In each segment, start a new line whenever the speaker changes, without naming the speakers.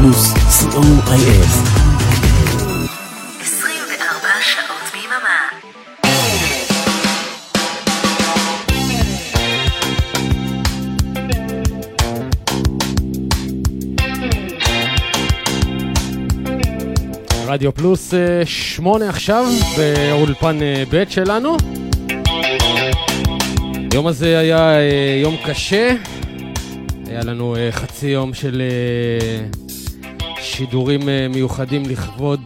פלוס, co.il
24 שעות ביממה.
רדיו פלוס 8 עכשיו באולפן ב' שלנו. היום הזה היה יום קשה. היה לנו חצי יום של שידורים מיוחדים לכבוד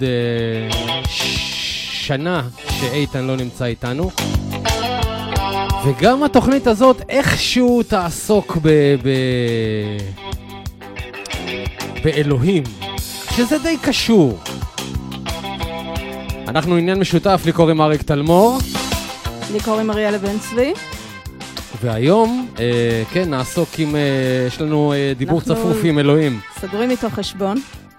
שנה שאיתן לא נמצא איתנו. וגם התוכנית הזאת איכשהו תעסוק באלוהים, שזה די קשור. אנחנו עניין משותף, לי קוראים אריק תלמור.
לי קוראים אריאלה בן צבי.
והיום, כן, נעסוק עם, יש לנו דיבור צפוף עם אלוהים.
סוגרים איתו חשבון.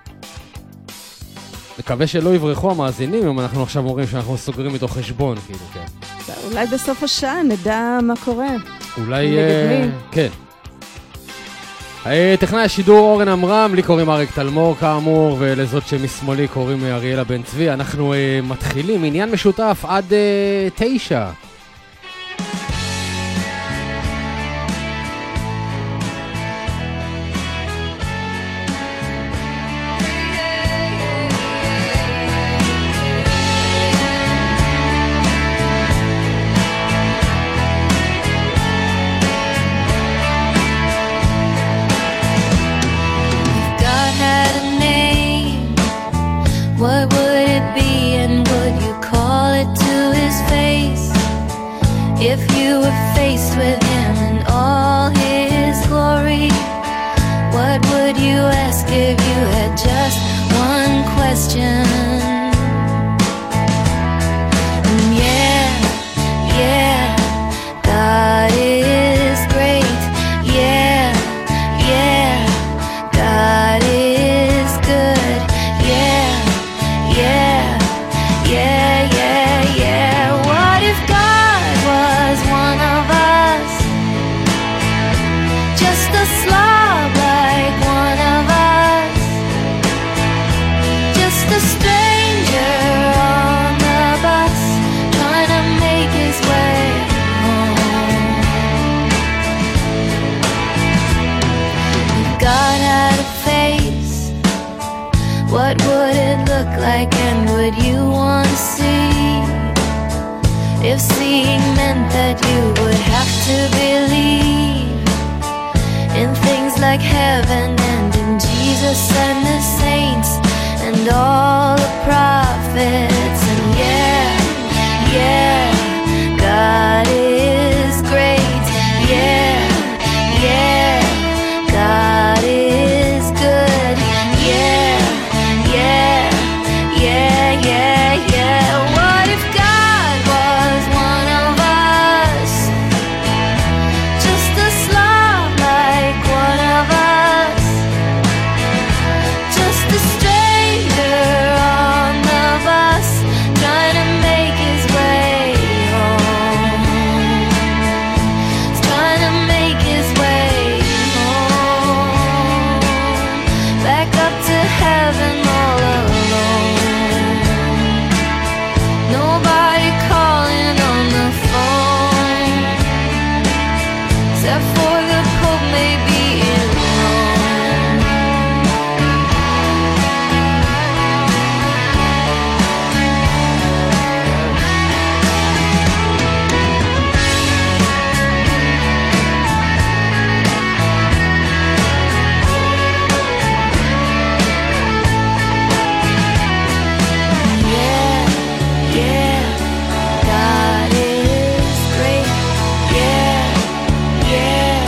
מקווה שלא יברחו המאזינים, אם אנחנו עכשיו אומרים שאנחנו סוגרים איתו חשבון, כאילו, כן.
אולי בסוף השעה נדע מה קורה.
אולי, כן. טכנאי השידור אורן אמרם, לי קוראים אריק תלמור כאמור, ולזאת שמשמאלי קוראים אריאלה בן צבי. אנחנו מתחילים עניין משותף עד 9.
What would it be and would you call it to his face? If you were faced with him in all his glory, what would you ask if you had just one question? And yeah, God is great. Yeah, God is good. Yeah. What if God was one of us? Just a slob like one of us. Just a stranger on the bus trying to make his way home. If God had a face, what would it look like and would you want to see? If seeing meant that you would have to believe in things like heaven and in Jesus and the saints and all the prophets. And yeah, God is great. Yeah, God is good. Yeah. What if God was one of us? Just a slob like one of us. Just a stranger on the bus trying to make his way home. Trying to make his way home. Back up to heaven all alone. Nobody calling on the phone, except for the Pope maybe in Rome. God is great. Yeah,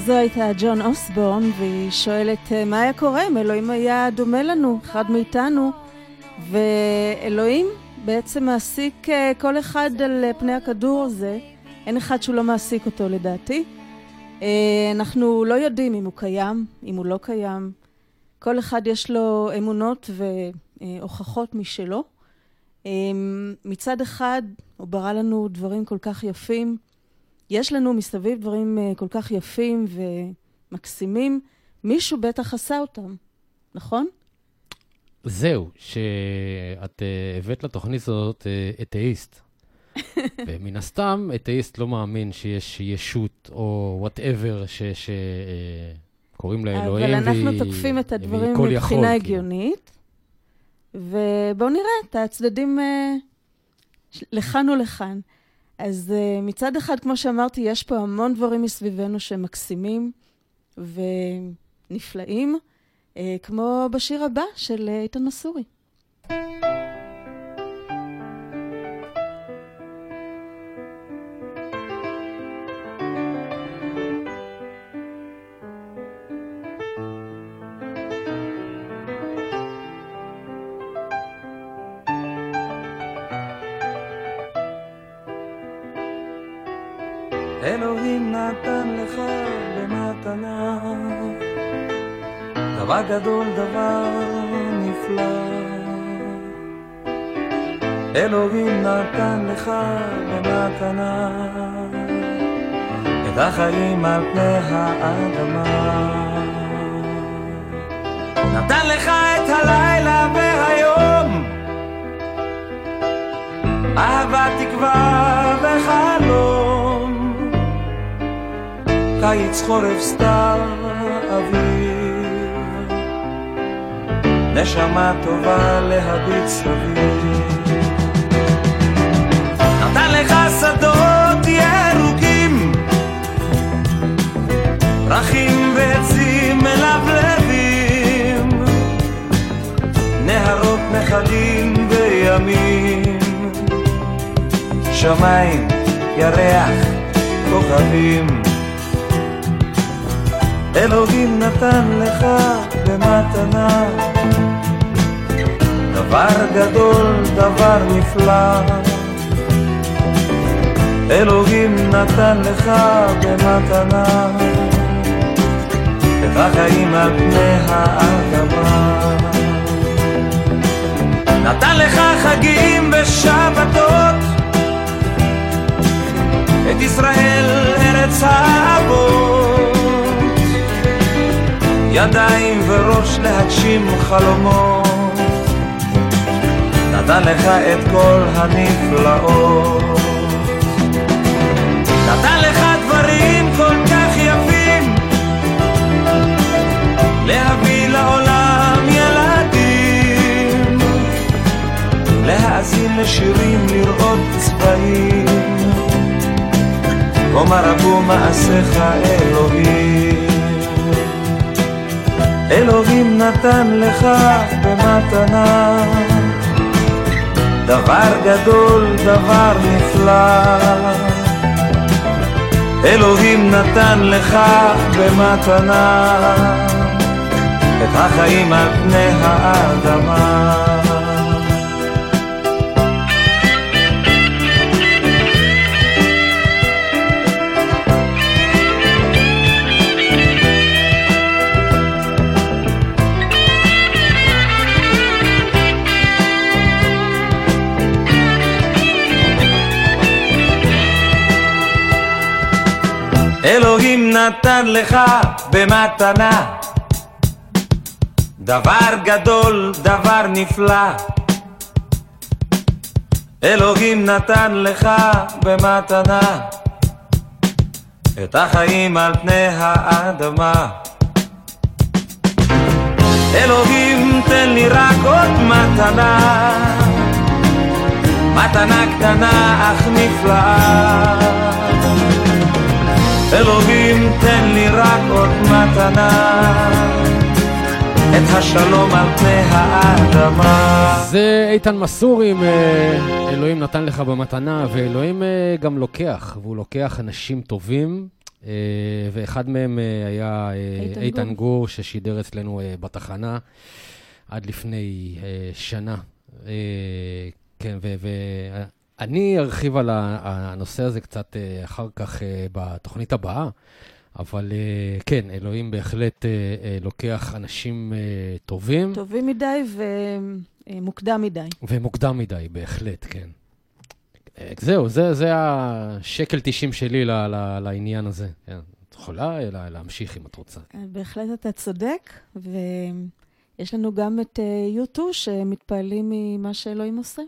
הזו הייתה ג'ון אוסבורן, והיא שואלת מה היה קורה אם אלוהים היה דומה לנו, אחד מאיתנו, ואלוהים בעצם מעסיק כל אחד על פני הכדור הזה, אין אחד שהוא לא מעסיק אותו לדעתי. אנחנו לא יודעים אם הוא קיים, אם הוא לא קיים. כל אחד יש לו אמונות והוכחות משלו. מצד אחד הוא ברא לנו דברים כל כך יפים, יש לנו מסביב דברים כל כך יפים ומקסימים, מישהו בטח עשה אותם, נכון?
זהו, שאת הבאת לתוכנית הזאת אתאיסט. ומן הסתם, אתאיסט לא מאמין שיש ישות או whatever שקוראים לה אלוהים.
אבל אנחנו תוקפים את הדברים מבחינה הגיונית, ובואו נראה את הצדדים לכאן ולכאן. אז מצד אחד, כמו שאמרתי, יש פה המון דברים מסביבנו שמקסימים ונפלאים, כמו בשיר הבא של איתן מסורי.
אלוהים נתן לך במתנה דבר גדול, דבר נפלא. אלוהים נתן לך במתנה את החיים על פני האדמה. נתן לך את הלילה והיום, אהבה, תקווה וחלום, קיץ, חורף, סתיו, אביב, נשמה טובה להביט סביב. נתן לך שדות ירוקים, פרחים ועצים מלבלבים, נהרות, נחלים וימים, שמיים, ירח, כוכבים. אלוהים נתן לך במתנה דבר גדול, דבר נפלא. אלוהים נתן לך במתנה את החיים על פני האדמה. נתן לך חגים ושבתות, את ישראל ארץ האבות, ידיים וראש להגשים חלומות. נתן לך את כל הנפלאות, נתן לך דברים כל כך יפים, להביא לעולם ילדים, להאזין לשירים, לראות צבעים, אומר רבו מעשיך אלוהים. אלוהים נתן לך במתנה דבר גדול, דבר נפלא. אלוהים נתן לך במתנה את החיים על פני האדמה. אלוהים נתן לך במתנה דבר גדול, דבר נפלא. אלוהים נתן לך במתנה את החיים על פני האדמה. אלוהים תן לי רק עוד מתנה, מתנה קטנה אך נפלאה. אלוהים תן לי רק עוד מתנה, את השלום על פני האדמה.
זה איתן מסורי, אלוהים נתן לך במתנה, ואלוהים גם לוקח, והוא לוקח אנשים טובים ואחד מהם היה איתן גור, ששידר אצלנו בתחנה עד לפני שנה. כן, ואני ארחיב על הנושא הזה קצת אחר כך בתוכנית הבאה, אבל כן, אלוהים בהחלט לוקח אנשים טובים.
טובים מדי ומוקדם מדי.
ומוקדם מדי, בהחלט, כן. זהו, זה השקל 90 שלי לעניין הזה. את יכולה להמשיך אם את רוצה.
בהחלט אתה צודק, ויש לנו גם את U2 שמתפעלים ממה שאלוהים עושה.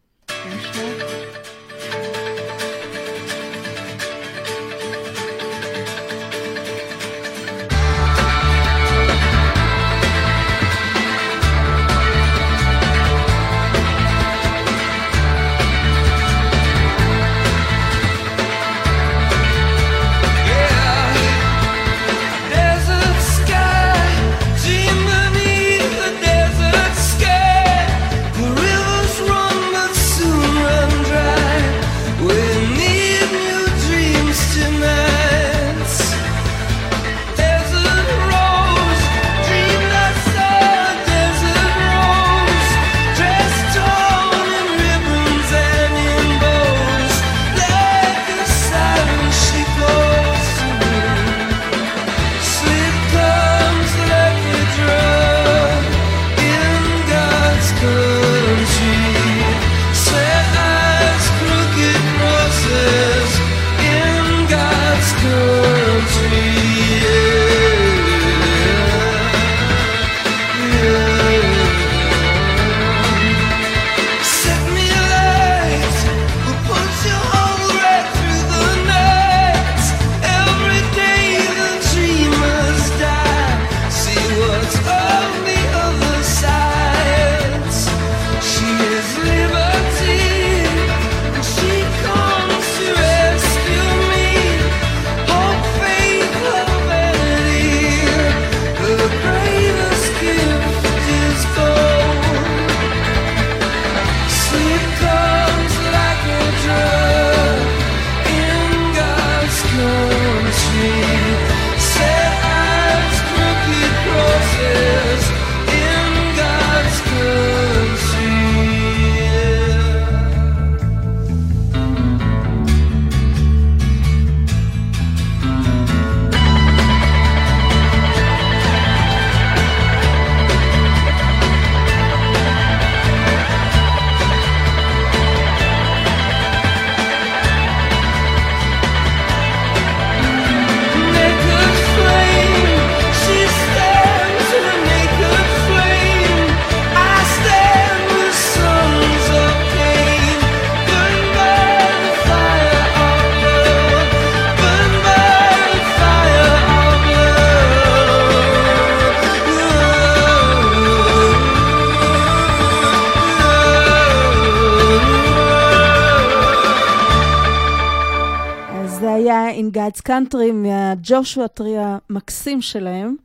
In God's Country מהג'ושוע טרי המקסים שלהם,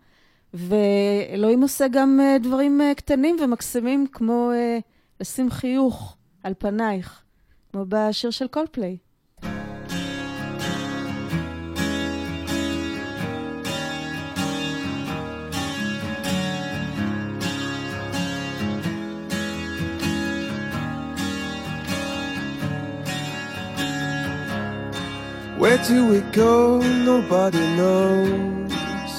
ואלוהים עושה גם דברים קטנים ומקסימים, כמו לשים חיוך על פנייך, כמו בשיר של קולפליי.
Where do we go? Nobody knows.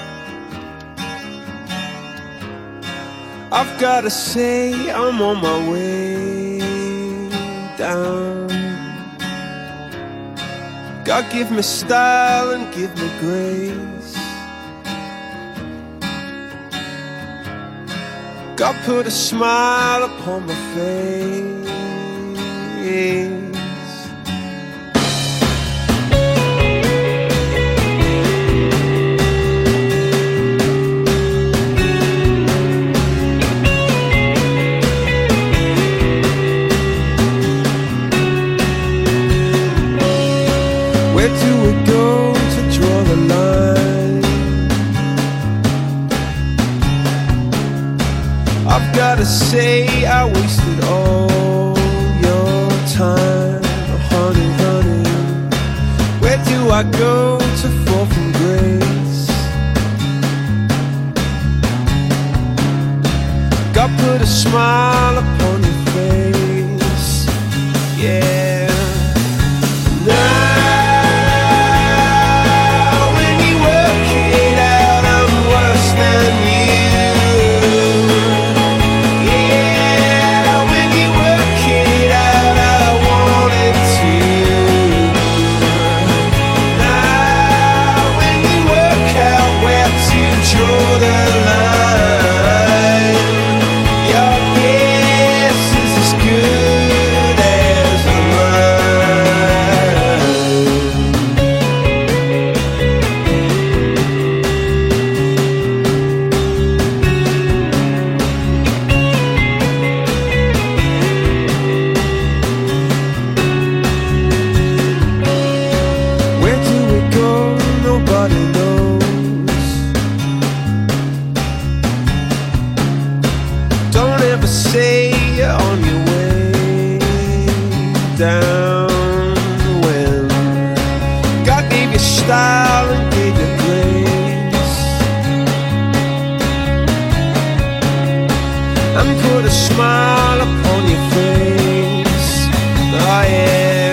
I've gotta say I'm on my way down. God give me style and give me grace. God put a smile upon my face. Where do we go to draw the line? I've gotta say I wasted all your time. God put a smile upon your face, yeah. Now when you work it out, I'm worse than you. Yeah, when you work it out, I wanted to. Now when you work out where to draw the line, your guess is as good as where do we go? Nobody knows. Don't ever say you're on your way down when God gave you style and gave you grace and put a smile upon your face. Oh yeah.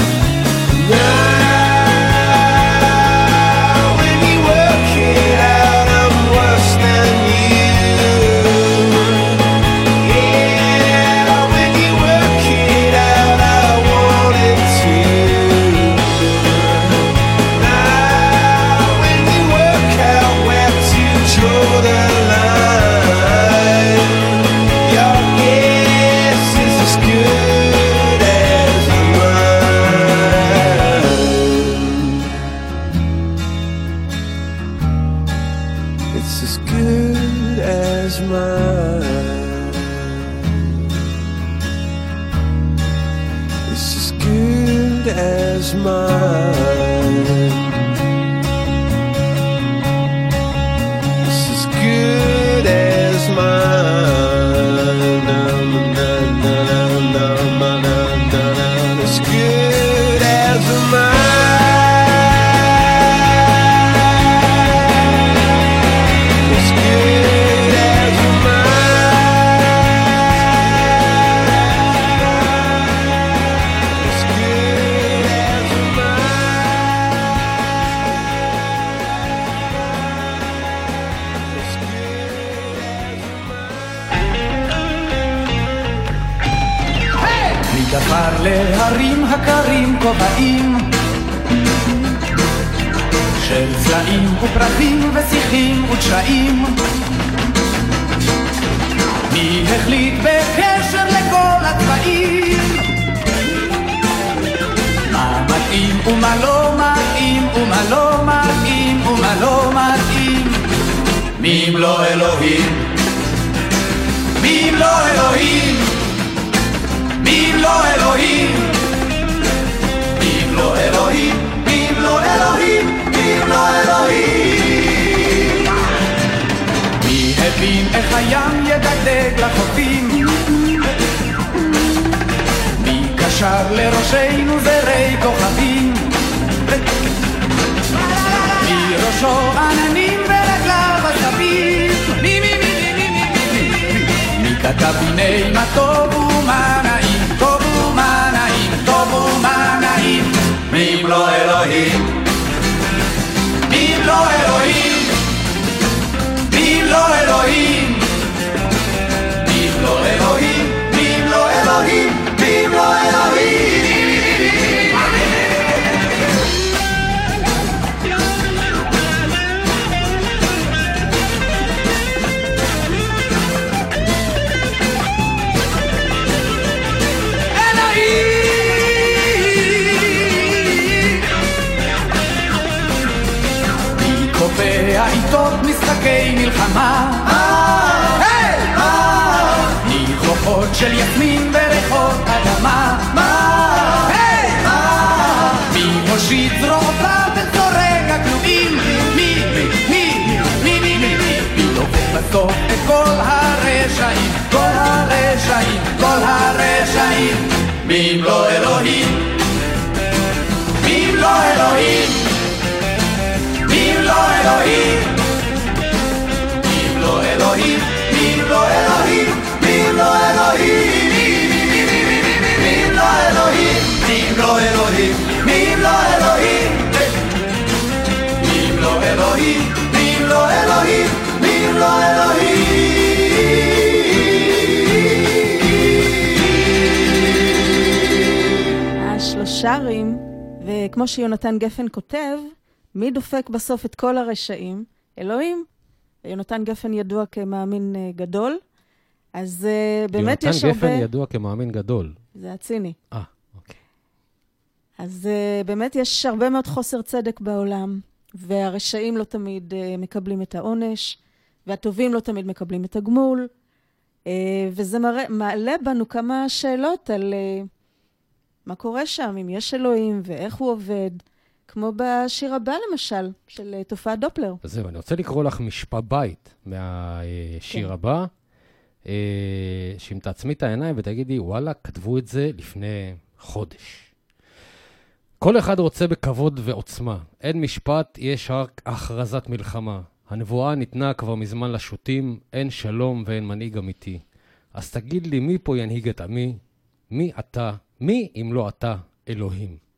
Now when you work it out, I'm worse than you. Yeah, when you work it out, I wanted to. Now when you work out where to draw the line, your guess is as good as mine. It's as good as mine. It's as good as mine. It's as good as mine. Na, na, na, na, na, na, na, na. As good as mine. As good as mine. As good as mine. As good as
מדבר להרים הקרים כובעים של צלעים ופרחים ושיחים ותשעים. מי החליט בקשר לכל הצבעים? מה מתאים ומה לא מתאים ומה לא מתאים ומה לא מתאים? מי אם לא אלוהים? מי אם לא אלוהים? מי אם לא אלוהים? מי אם לא אלוהים? מי אם לא אלוהים? מי אם לא אלוהים? מי הבין איך הים ידגדג לחופים? מי קשר לראשנו זרי כוכבים? מי ראשו עננים ורגליו עשבים? מי מי מי מי מי מי מי כתב הנה מה טוב ומה נעים, טוב ומה נעים, טוב ומה נעים? מי אם לא אלוהים? מי אם לא אלוהים? מי אם לא אלוהים? מי אם לא אלוהים? מי אם לא אלוהים? מי אם לא אלוהים? העיתות משחקי מלחמה, ניחוחות של יסמין וריחות אדמה, מי מושיט זרועותיו וצורג הכלואים? מי דופק בסוף את כל הרשעים, כל הרשעים, כל הרשעים? מי אם לא אלוהים? מי אם לא אלוהים? מי אם לא אלוהים? מי אם לא אלוהים? מי אם לא אלוהים? אלוהים, ואם לא אלוהים, ואם לא אלוהים.
השלושרים, וכמו שיונתן גפן כותב, מי דופק בסוף את כל הרשעים? אלוהים. יונתן גפן ידוע כמאמין גדול, אז באמת יש הרבה...
יונתן גפן ידוע כמאמין גדול.
זה הציני.
אוקיי.
אז באמת יש הרבה מאוד חוסר צדק בעולם, והרשעים לא תמיד מקבלים את העונש, והטובים לא תמיד מקבלים את הגמול, וזה מעלה בנו כמה שאלות על מה קורה שם, אם יש אלוהים ואיך הוא עובד, כמו בשיר הבא למשל, של תופעת דופלר.
אז זהו, אני רוצה לקרוא לך משפט בית מהשיר הבא, שאם תעצמי את העיניים ותגידי, וואלה, כתבו את זה לפני חודש. כל אחד רוצה בכבוד ועוצמה. אין משפט, יש רק הכרזת מלחמה. הנבואה ניתנה כבר מזמן לשוטים, אין שלום ואין מנהיג אמיתי. אז תגיד לי, מי פה ינהיג את עמי? מי אתה? מי אם לא אתה, אלוהים?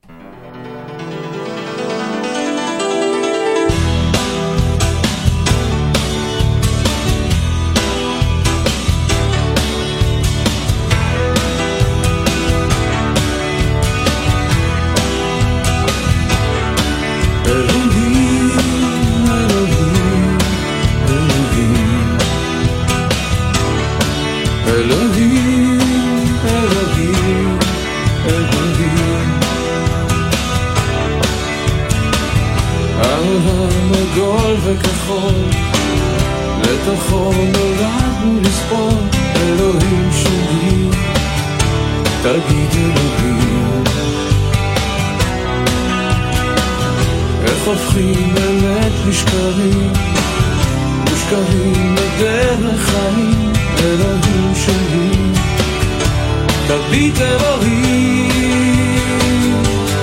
גול וכחול, לתוכו נולדנו לספור. אלוהים שלי, תגיד אלוהים, איך הופכים אמת לשקרים, ושקרים לדרך חיים. אלוהים שלי, תביט אלוהים,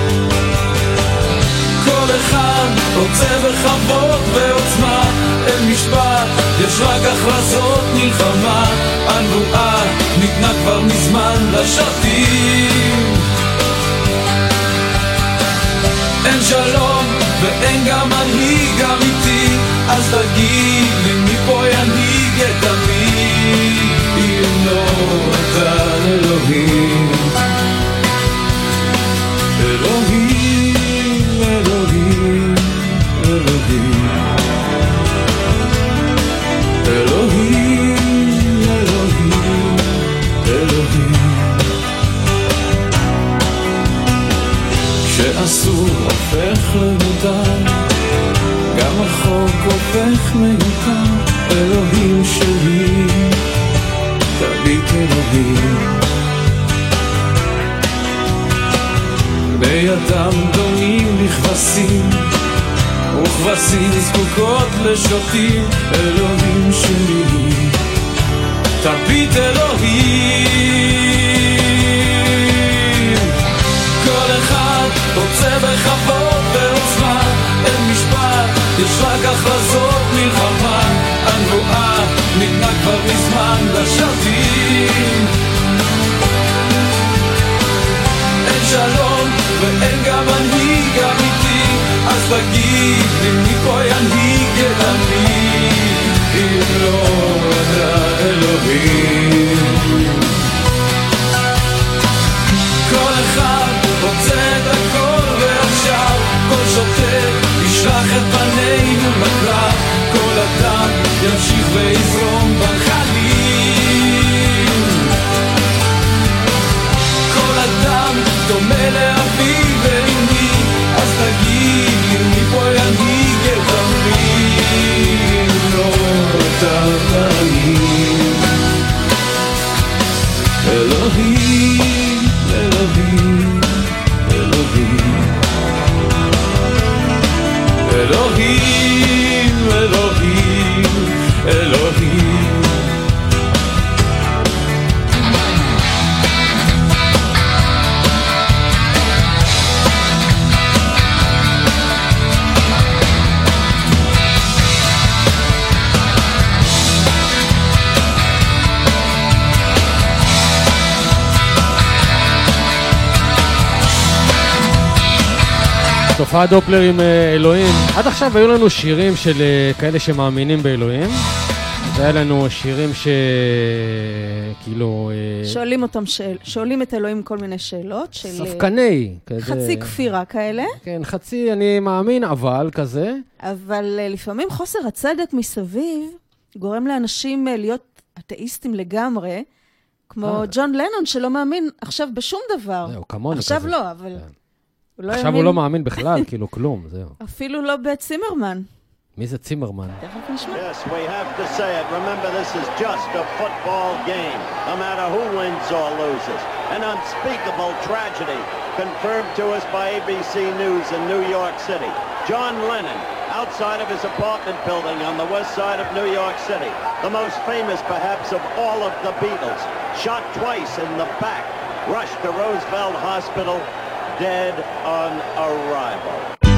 כל אחד רוצה בכבוד ועוצמה, אין משפט, יש רק הכרזות מלחמה. הנבואה ניתנה כבר מזמן לשרתים, אין שלום ואין גם מנהיג אמיתי. אז תגיד לי, מי פה ינהיג את עמי אם לא אתה אלוהים? אלוהים, אלוהים, אלוהים, אלוהים, אלוהים, אלוהים. כשאסור הופך למותר, גם החוק הופך מיותר. אלוהים שלי, תביט אלוהים, בני אדם דומים לכבשים, וכבשים זקוקות לשוטים. אלוהים שלי, תביט אלוהים, כל אחד רוצה בכבוד ועוצמה, אין משפט, יש רק הכרזות מלחמה. הנבואה ניתנה כבר מזמן לשרתים, אין שלום ואין גם מנהיג אמיתי. אז תגיד לי, מי פה ינהיג את עמי אם לא אתה אלוהים? כל אחד רוצה את הכל ועכשיו, כל שוטר ישלח את פנינו לקרב, כל אדם ימשיך ויזרום בנחלים, כל אדם דומה לאבי ואמי. אז תגיד לי, מי פה ינהיג את עמי אם לא אתה אלוהים? אלוהים, אלוהים, אלוהים, אלוהים, אלוהים, אלוהים.
מופע דופלר עם אלוהים. עד עכשיו היו לנו שירים של כאלה שמאמינים באלוהים. והיה לנו שירים שכאילו...
שואלים את אלוהים כל מיני שאלות.
ספקני.
חצי כפירה כאלה.
כן, חצי אני מאמין, אבל כזה.
אבל לפעמים חוסר הצדק מסביב גורם לאנשים להיות אתאיסטים לגמרי, כמו ג'ון לנון שלא מאמין עכשיו בשום דבר.
זהו, כמונו
עכשיו
כזה.
לא, אבל...
עכשיו הוא לא מאמין בכלל, כאילו כלום, זהו.
אפילו לא בצימרמן.
מי זה צימרמן?
תכף נשמע.
Yes, we have to say it. Remember, this is just a football game, no matter who wins or loses. An unspeakable tragedy confirmed to us by ABC News in New York City. John Lennon, outside of his apartment building on the west side of New York City, the most famous perhaps of all of the Beatles, shot twice in the back, rushed to Roosevelt Hospital, dead on arrival.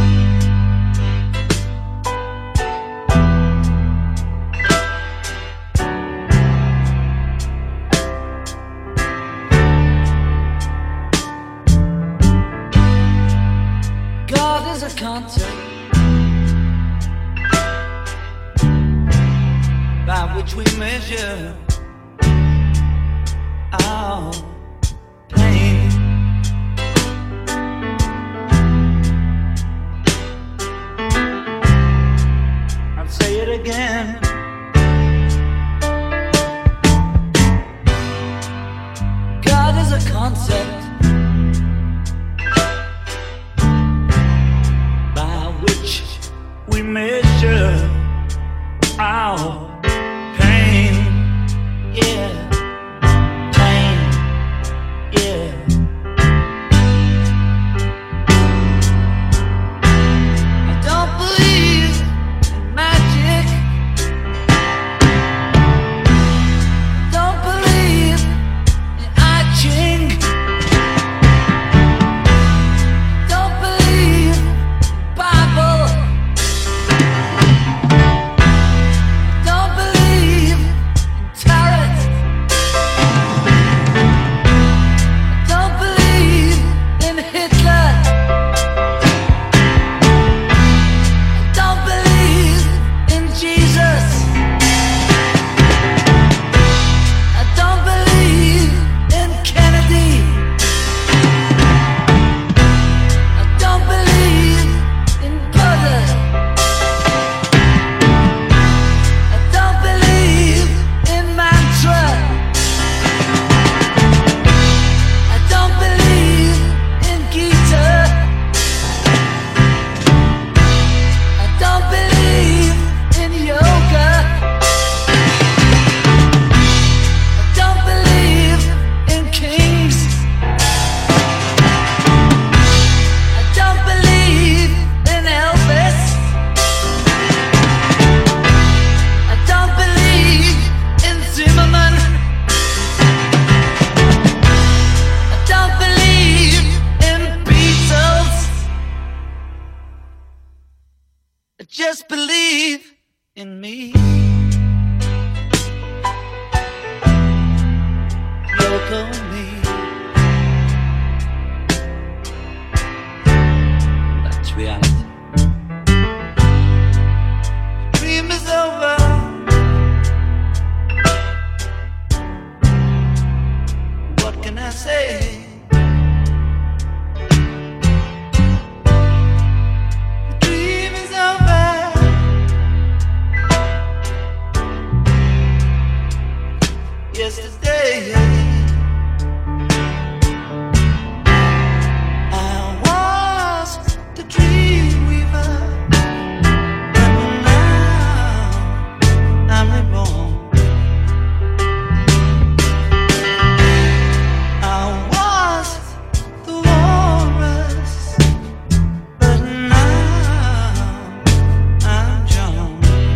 God is a concept by which we measure our pain. I'll say it again. God is a concept by which we measure our pain. Yeah, pain. Yeah. I don't believe in magic. Don't believe in I Ching. Don't believe Bible. Don't believe in tarot. Don't believe in Hitler. Don't believe in Jesus. I don't believe in Kennedy. I don't believe in Buddha. I don't believe in mantra. I don't believe in Gita. I don't believe in yoga. I don't believe in kings. I don't believe in Elvis. I don't believe in Zimmerman. I don't believe in Beatles. I just believe in me. Yoko and me. That's reality. Dream is over. What can I say? The dream is over. Yesterday I was the dream weaver, but now I'm reborn. I was the walrus, but now I'm John.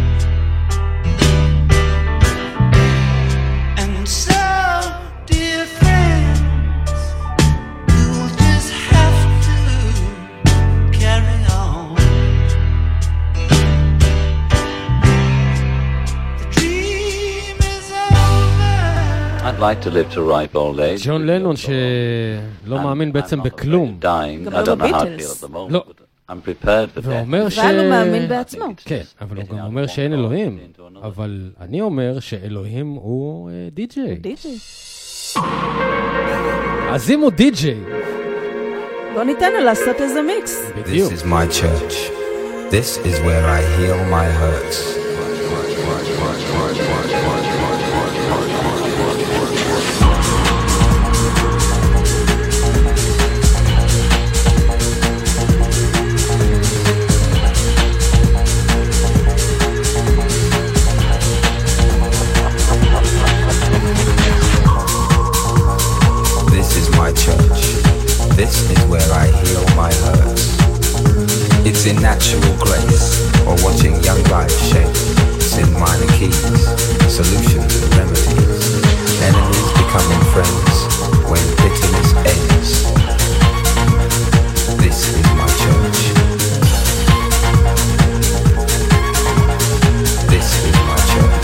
And so, dear friends, you'll just have to carry on. The dream is over.
I'd like to live to ripe old age.
ג'ון לנון שלא מאמין בעצם בכלום.
Dying.
גם
I
לא
don't know how to
בביטלס.
feel at the moment.
לא,
I'm prepared for that.
ואומר
אבל הוא מאמין בעצמו.
כן, אבל הוא גם אומר שאין אלוהים. אבל אני אומר שאלוהים הוא די-ג'יי.
די-ג'יי.
אז אם הוא די-ג'יי.
בוא ניתן לו לעשות איזה מיקס.
בדיוק.
This is my church. This is where I heal my hurts. This is where I heal my hurts. It's in natural grace, or watching young life shape. It's in minor keys, solutions and remedies. Enemies becoming friends when bitterness ends. This is my church. This is my church.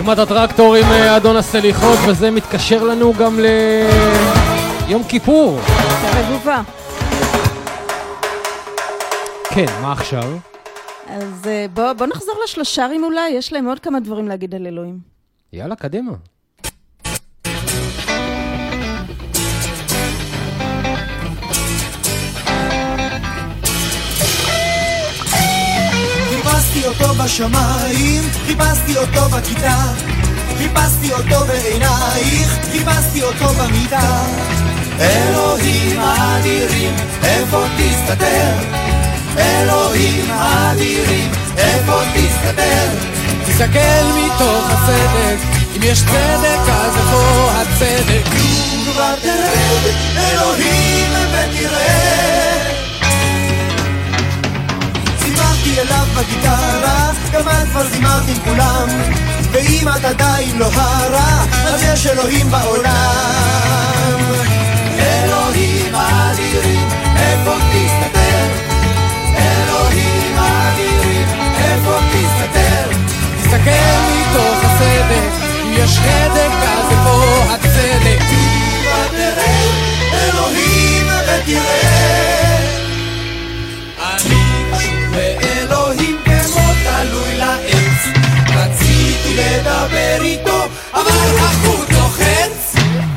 נשמת הטרקטור עם אדון הסליחות, וזה מתקשר לנו גם ליום כיפור.
רבובה.
כן, מה עכשיו?
אז בוא נחזור לשלושרים אולי, יש להם עוד כמה דברים להגיד על אלוהים.
יאללה, קדימה.
חיפשתי אותו בשמיים, חיפשתי אותו בכיתה, חיפשתי אותו בעינייך, חיפשתי אותו במיטה. אלוהים אדירים, איפה תסתתר? אלוהים אדירים, איפה תסתתר?
תסתכל מתוך הצדק, אם יש צדק אז איפה הצדק?
כבר תרד, אלוהים ותראה. זימרתי אליו בגיטרה, גם את כבר זימרת עם כולם, ואם את עדיין לא הרע, אז יש אלוהים בעולם. אלוהים אדירים, איפה תסתתר? אלוהים אדירים, איפה תסתתר?
תסתכל מתוך הצדק, אם יש חדק אז איפה הצדק?
כבר תרד, אלוהים ותראה.
אני קשור לאלוהים כמו תלוי לעץ, רציתי לדבר איתו אבל החוט לוחץ.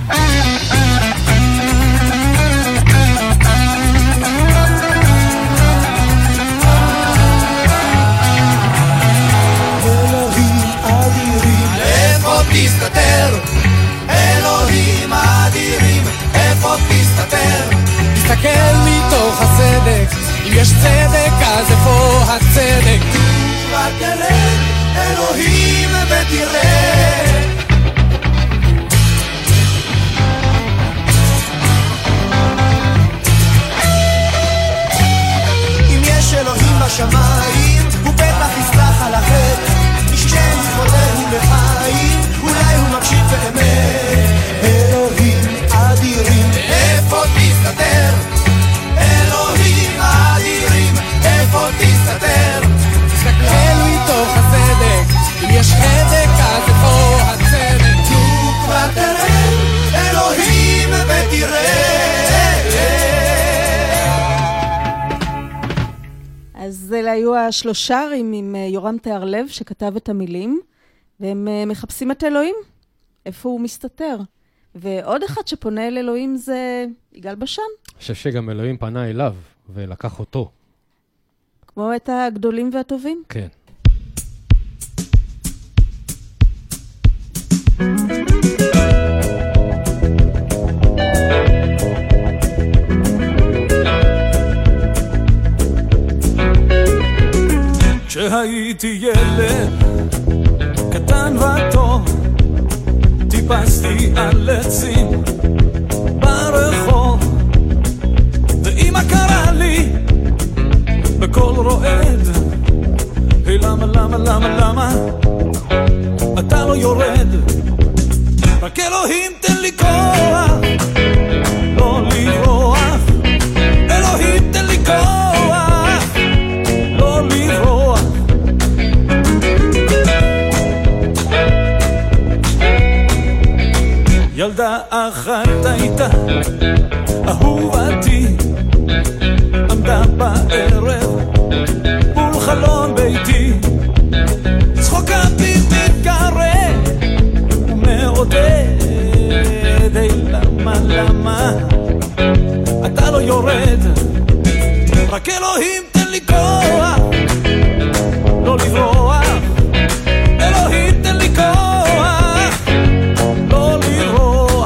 תסתתר, אלוהים אדירים, איפה תסתתר?
תסתכל מתוך הצדק, אם יש צדק אז איפה הצדק?
כבר תרד, אלוהים ותראה. אם יש אלוהים בשמיים, הוא בטח יסלח על החטא, כשאין לכבודהו לחיים, אולי הוא מקשיב באמת. אלוהים אדירים,
איפה תסתתר?
אלוהים אדירים, איפה תסתתר?
תסתכל מתוך הצדק, אם יש חדק אז איפה הצדק?
נו כבר תרד, אלוהים ותראה.
אז אלה היו השלושרים עם יורם תיארלב שכתב את המילים, והם מחפשים את אלוהים, איפה הוא מסתתר. ועוד אחד שפונה אל אלוהים זה יגאל בשן.
אני חושב שגם אלוהים פנה אליו ולקח אותו.
כמו את הגדולים והטובים.
כן.
כשהייתי ילד קטן וטוב, טיפסתי על עצים ברחוב, ואמא קראה לי בקול רועד, היי למה למה למה למה אתה לא יורד? רק אלוהים תן לי כוח לא לברוח, אלוהים תן לי כוח לא לברוח. ילדה אחת הייתה אהובתי, עמדה בערב מול חלון ביתי, צחוקה בי מתקרב ומעודד, היי למה למה אתה לא יורד? רק אלוהים תן לי כוח לא לברוח, אלוהים תן לי כוח לא לברוח.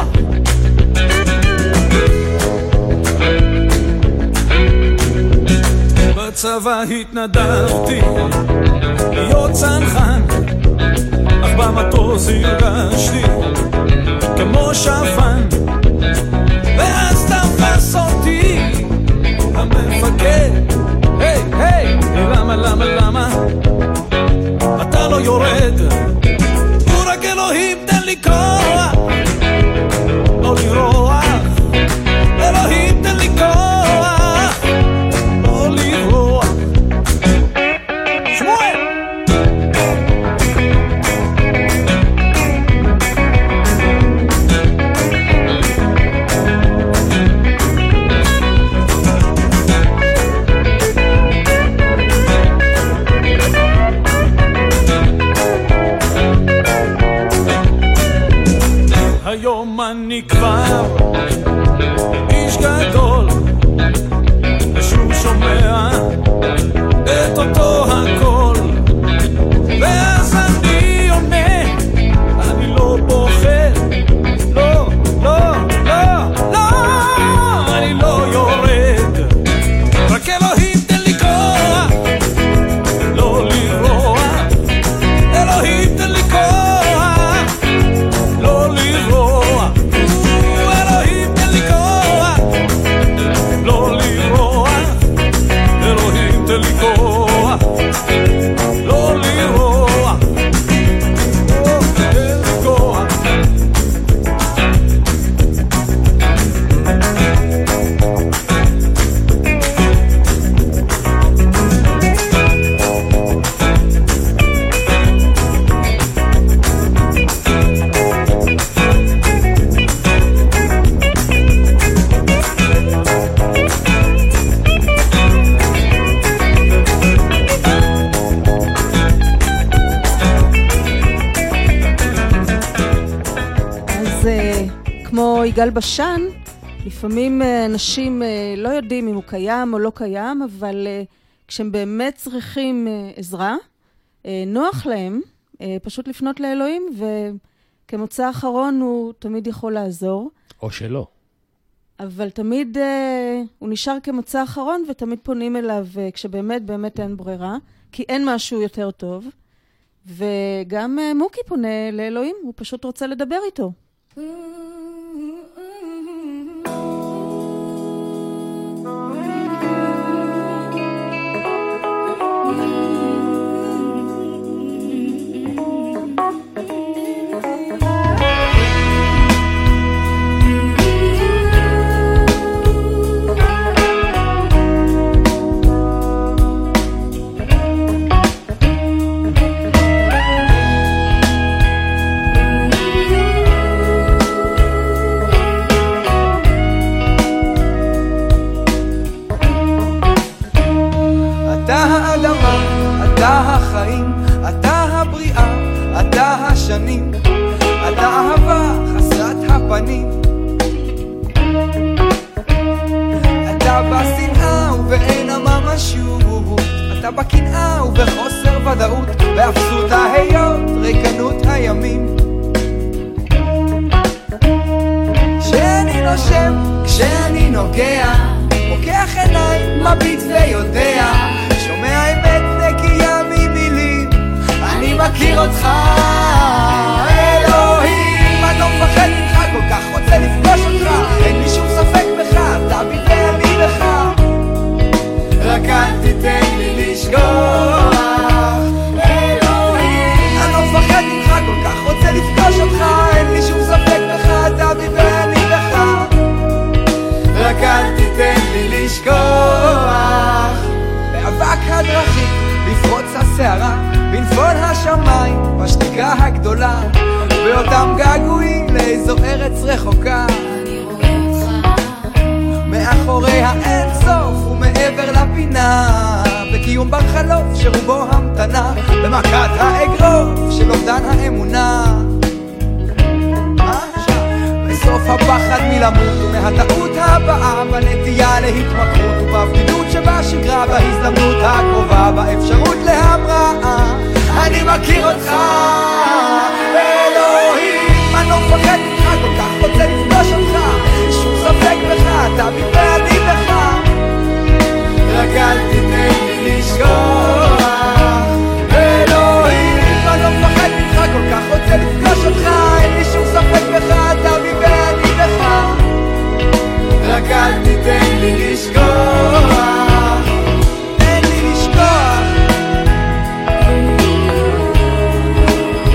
בצבא התנדבתי להיות צנחן, אך במטוס הרגשתי כמו שפן, ואז תפס אותי המפקד, היי היי למה למה למה אתה לא יורד? רק אלוהים תן לי כוח לא לברוח, אלוהים תן לי כוח לא לברוח. שמואל את אותו הכל, ואז אני עונה, אני לא בוחר, לא, לא, לא, לא, אני לא יורד, רק אלוהים תן לי כוח, לא לברוח, אלוהים תן לי כוח, לא לברוח, אלוהים תן לי כוח, לא לברוח, אלוהים תן לי כוח, לא לברוח, תן לי כוח.
כמו יגאל בשן, לפעמים אנשים לא יודעים אם הוא קיים או לא קיים, אבל כשהם באמת צריכים עזרה, נוח להם פשוט לפנות לאלוהים, וכמוצא האחרון הוא תמיד יכול לעזור.
או שלא.
אבל תמיד הוא נשאר כמוצא האחרון, ותמיד פונים אליו כשבאמת באמת אין ברירה, כי אין משהו יותר טוב. וגם מוקי פונה לאלוהים, הוא פשוט רוצה לדבר איתו.
אתה החיים, אתה הבריאה, אתה השנים, אתה אהבה חסרת הפנים, אתה בשנאה ובאין הממשות, אתה בקנאה ובחוסר ודאות, באפסות ההיות, ריקנות הימים. כשאני נושם, כשאני נוגע, פוקח עיניים, מביט ויודע, שומע אמת נקייה ממילים, אני מכיר אותך אלוהים, אני לא מפחד ממך, כל כך רוצה לפגוש אותך, אין לי שום ספק בך, אתה בי ואני בך, רק אל תיתן לי לשכוח אלוהים, אני לא מפחד ממך, כל כך רוצה לפגוש אותך, אין לי שום ספק בך, אתה בי ואני בך, רק אל תיתן לי לשכוח באבק הדרכים, בפרוץ הסערה, בנפול השמיים, בשתיקה הגדולה, באותם געגועים לאיזו ארץ רחוקה, אני רואה אותך מאחורי האין סוף ומעבר לפינה, בקיום בר חלוף שרובו המתנה, במכת האגרוף של אובדן האמונה, בסוף הפחד מלמות ומהטעות הבאה, בנטייה להתמכרות ובבדידות שבשגרה, בהזדמנות הקרובה, באפשרות להמראה, אני מכיר אותך אלוהים, אני לא מפחד ממך, כל כך רוצה לפגוש אותך, שום ספק בך, אתה בי ואני בך, רק אל תיתן לי לשכוח אלוהים, אני לא מפחד ממך, כל כך רוצה לפגוש אותך, אין לי שום ספק בך, אתה בי ואני בך, רק אל תיתן לי לשכוח, תן לי לשכוח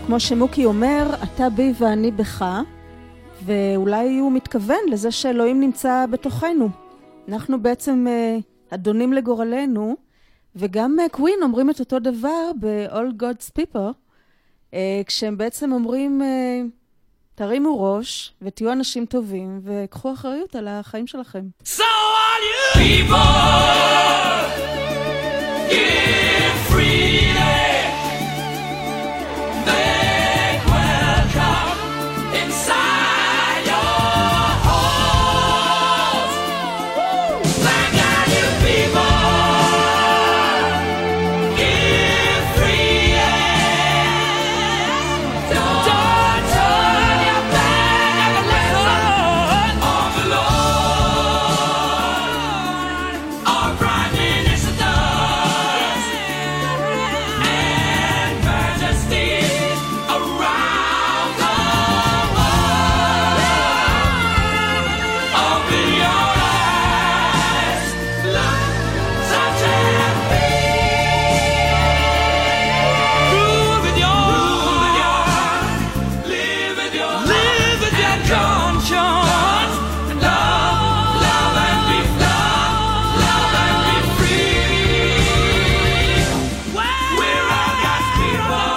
כמו שמוקי אומר, אתה בי ואני בך, ואולי הוא מתכוון לזה שאלוהים נמצא בתוכנו. אנחנו בעצם אדונים לגורלנו, וגם קווין אומרים את אותו דבר ב-All God's People, כשהם בעצם אומרים, תרימו ראש ותהיו אנשים טובים וקחו אחריות על החיים שלכם.
So all you people, give freely, make welcome inside your hearts. Thank all you people, give freely, don't turn your back on the lesson of the Lord. Our prime minister and majesty around the world. Open your eyes, look, touch and feel. Prove with your heart, live with your conscience. Love and be free. We're all God's people.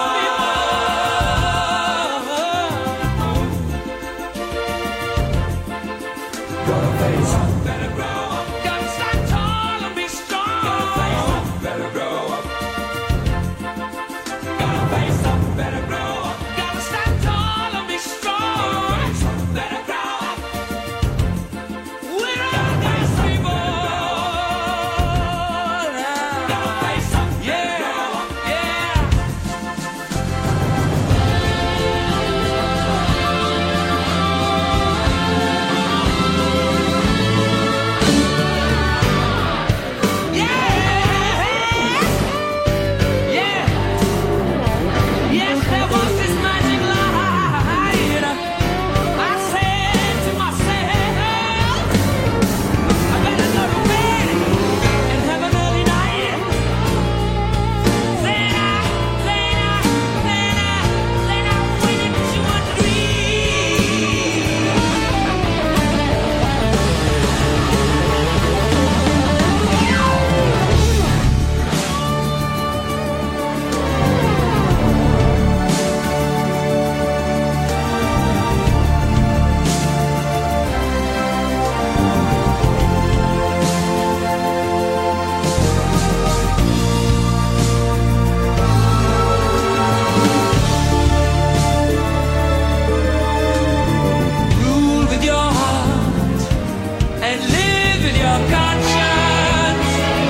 Gotta face up, better grow up. Gotta stand tall and be strong. Gotta face up, better grow up. Gotta face up, better grow up. Gotta stand tall and be strong. Gotta face up, better grow up. We're all God's people. Gotta face up, better grow up. Yeah. Yes, there was this magic light. I said to myself, I better go to bed and have an early night. Then I went into a dream. Rule with your heart and live with your conscience.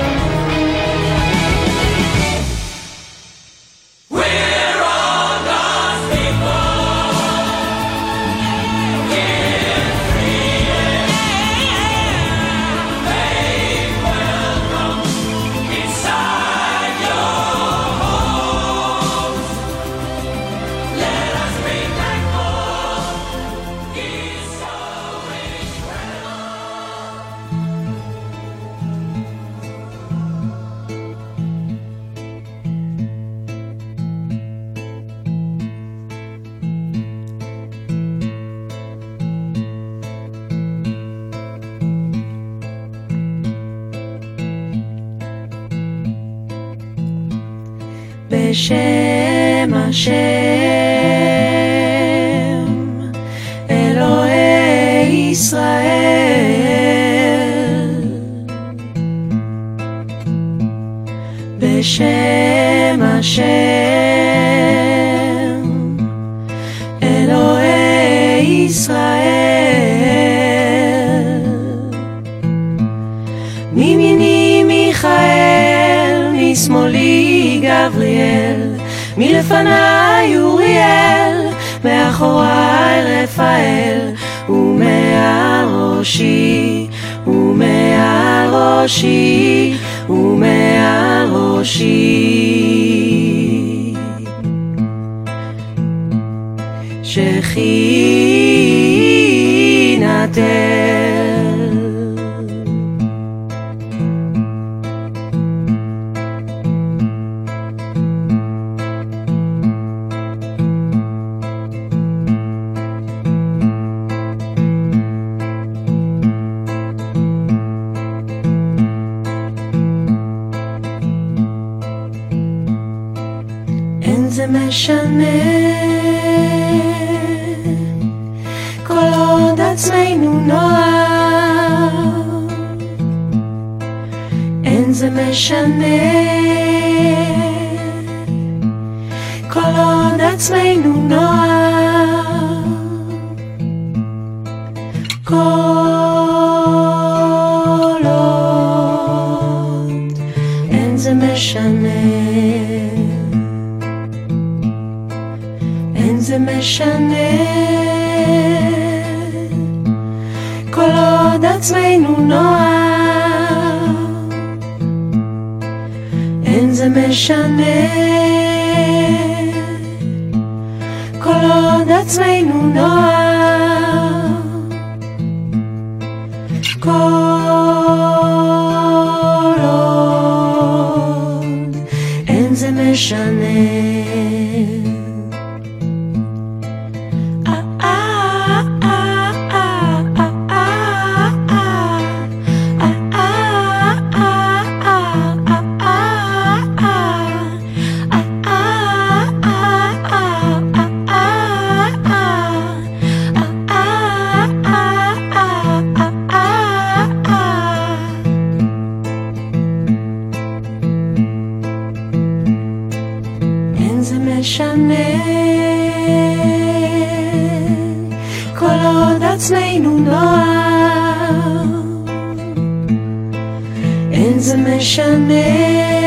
We're all God's people. Give freely, make welcome inside your homes. Let us be thankful. He's so
בשם השם אלוהי ישראל, בשם השם אלוהי ישראל, מימיני מיכאל, משמאלי גבריאל, מלפניי אוריאל, מאחוריי רפאל, ומעל ראשי, ומעל ראשי, ומעל ראשי, שכינתל. זה משנה כל עוד עצמנו נוער, אין זה משנה כל עוד עצמנו נוער, כל עוד אין זה משנה, אין זה משנה כל עוד עצמנו נוער, אין זה משנה כל עוד עצמנו נוער, כל עוד אין זה משנה. עצמנו נוער, אין זה משנה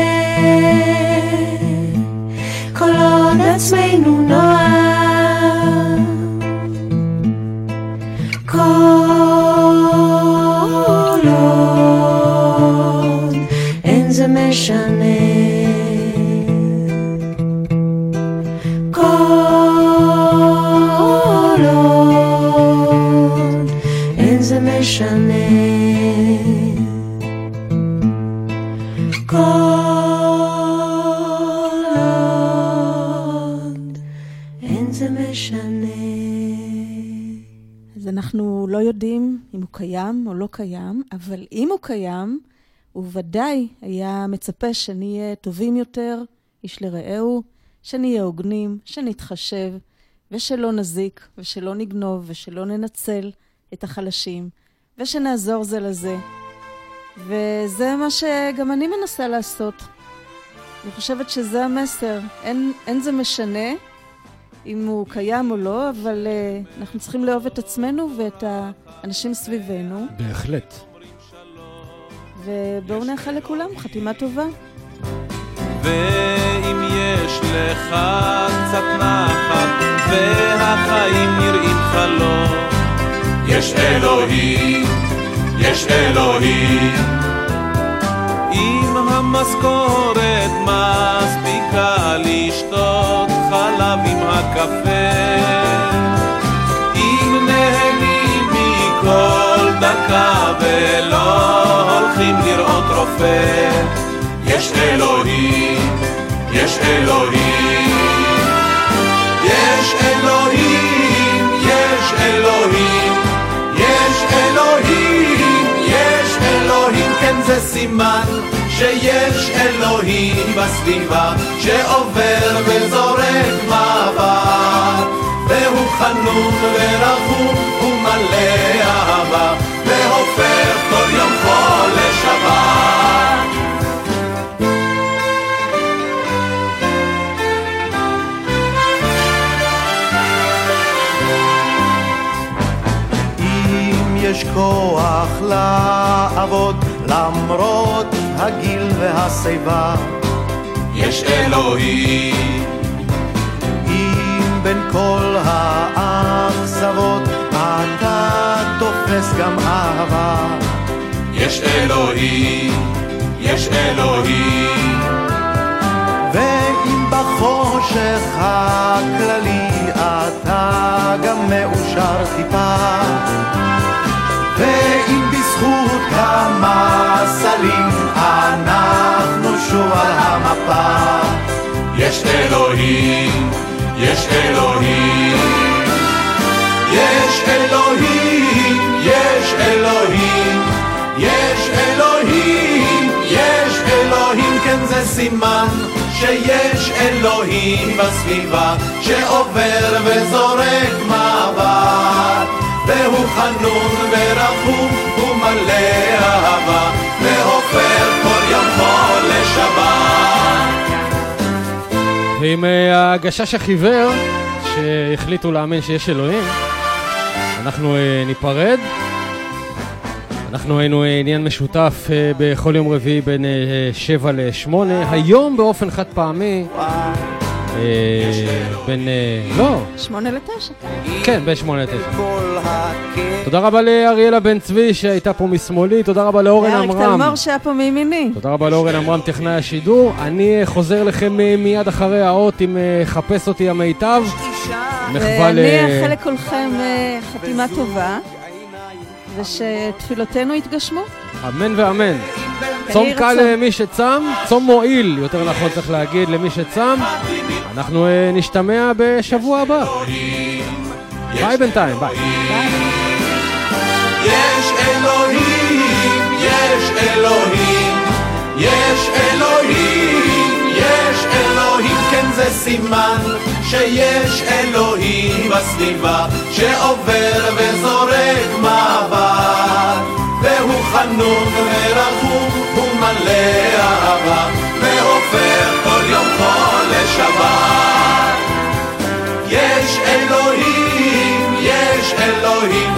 כל עוד עצמנו נוער, כל עוד אין זה משנה, משנה כל עוד אין זה משנה.
אז אנחנו לא יודעים אם הוא קיים או לא קיים, אבל אם הוא קיים, הוא ודאי היה מצפה שנהיה טובים יותר, איש לרעהו, שנהיה הוגנים, שנתחשב, ושלא נזיק, ושלא נגנוב, ושלא ננצל את החלשים, ושנעזור זה לזה. וזה מה שגם אני מנסה לעשות. אני חושבת שזה המסר. אין זה משנה אם הוא קיים או לא, אבל אנחנו צריכים לאהוב את עצמנו ואת האנשים סביבנו.
בהחלט.
ובואו נאחל לכולם חתימה טובה.
ואם יש לך קצת נחת והחיים נראים חלום, יש אלוהים, יש אלוהים. אם המשכורת מספיקה לשתות חלב עם הקפה, אם נהנים מכל דקה ולא הולכים לראות רופא, יש אלוהים, יש אלוהים. יש אלוהים, יש אלוהים. יש אלוהים, יש אלוהים, כן זה סימן שיש אלוהים בסביבה שעובר וזורק מבט, והוא חנון ורחום ומלא אהבה, והופך כל יום חול לשבת.
יש כוח לעבוד למרות הגיל והשיבה,
יש אלוהים.
אם בין כל האכזבות אתה תופס גם אהבה,
יש אלוהים, יש אלוהים.
ואם בחושך הכללי אתה גם מאושר טיפה, ואם בזכות כמה סלים אנחנו שוב על המפה,
יש אלוהים, יש אלוהים. יש אלוהים, יש אלוהים. יש אלוהים, יש אלוהים. כן זה סימן שיש אלוהים בסביבה שעובר וזורק מבט והוא חנון ורחום ומלא אהבה והופך כל יום חול לשבת.
ועם הגשש החיוור שהחליטו להאמין שיש אלוהים אנחנו ניפרד. אנחנו היינו עניין משותף בכל יום רביעי בין 7 ל-8 היום באופן חד פעמי בין
8 ל-9
כן, בין 8 ל-9. תודה רבה לאריאלה בן צבי שהייתה פה משמאלי, תודה רבה לאורן
אריק
אמרם
תלמור שהיה פה מימיני,
תודה רבה לאורן אמרם טכנאי השידור. אני חוזר לכם מיד אחרי האות עם חפש אותי המיטב
ואני אאחל לכולכם חתימה טובה ושתפילותינו יתגשמו.
אמן ואמן. צום קל למי שצם, צום מועיל, יותר נכון צריך להגיד, למי שצם. אנחנו נשתמע בשבוע הבא. ביי בינתיים, ביי.
יש אלוהים, יש אלוהים, יש אלוהים, יש אלוהים, כן זה סימן שיש אלוהים בסביבה שעובר וזורק מבט והוא חנון ורחום ומלא אהבה והופך כל יום חול לשבת. יש אלוהים, יש אלוהים,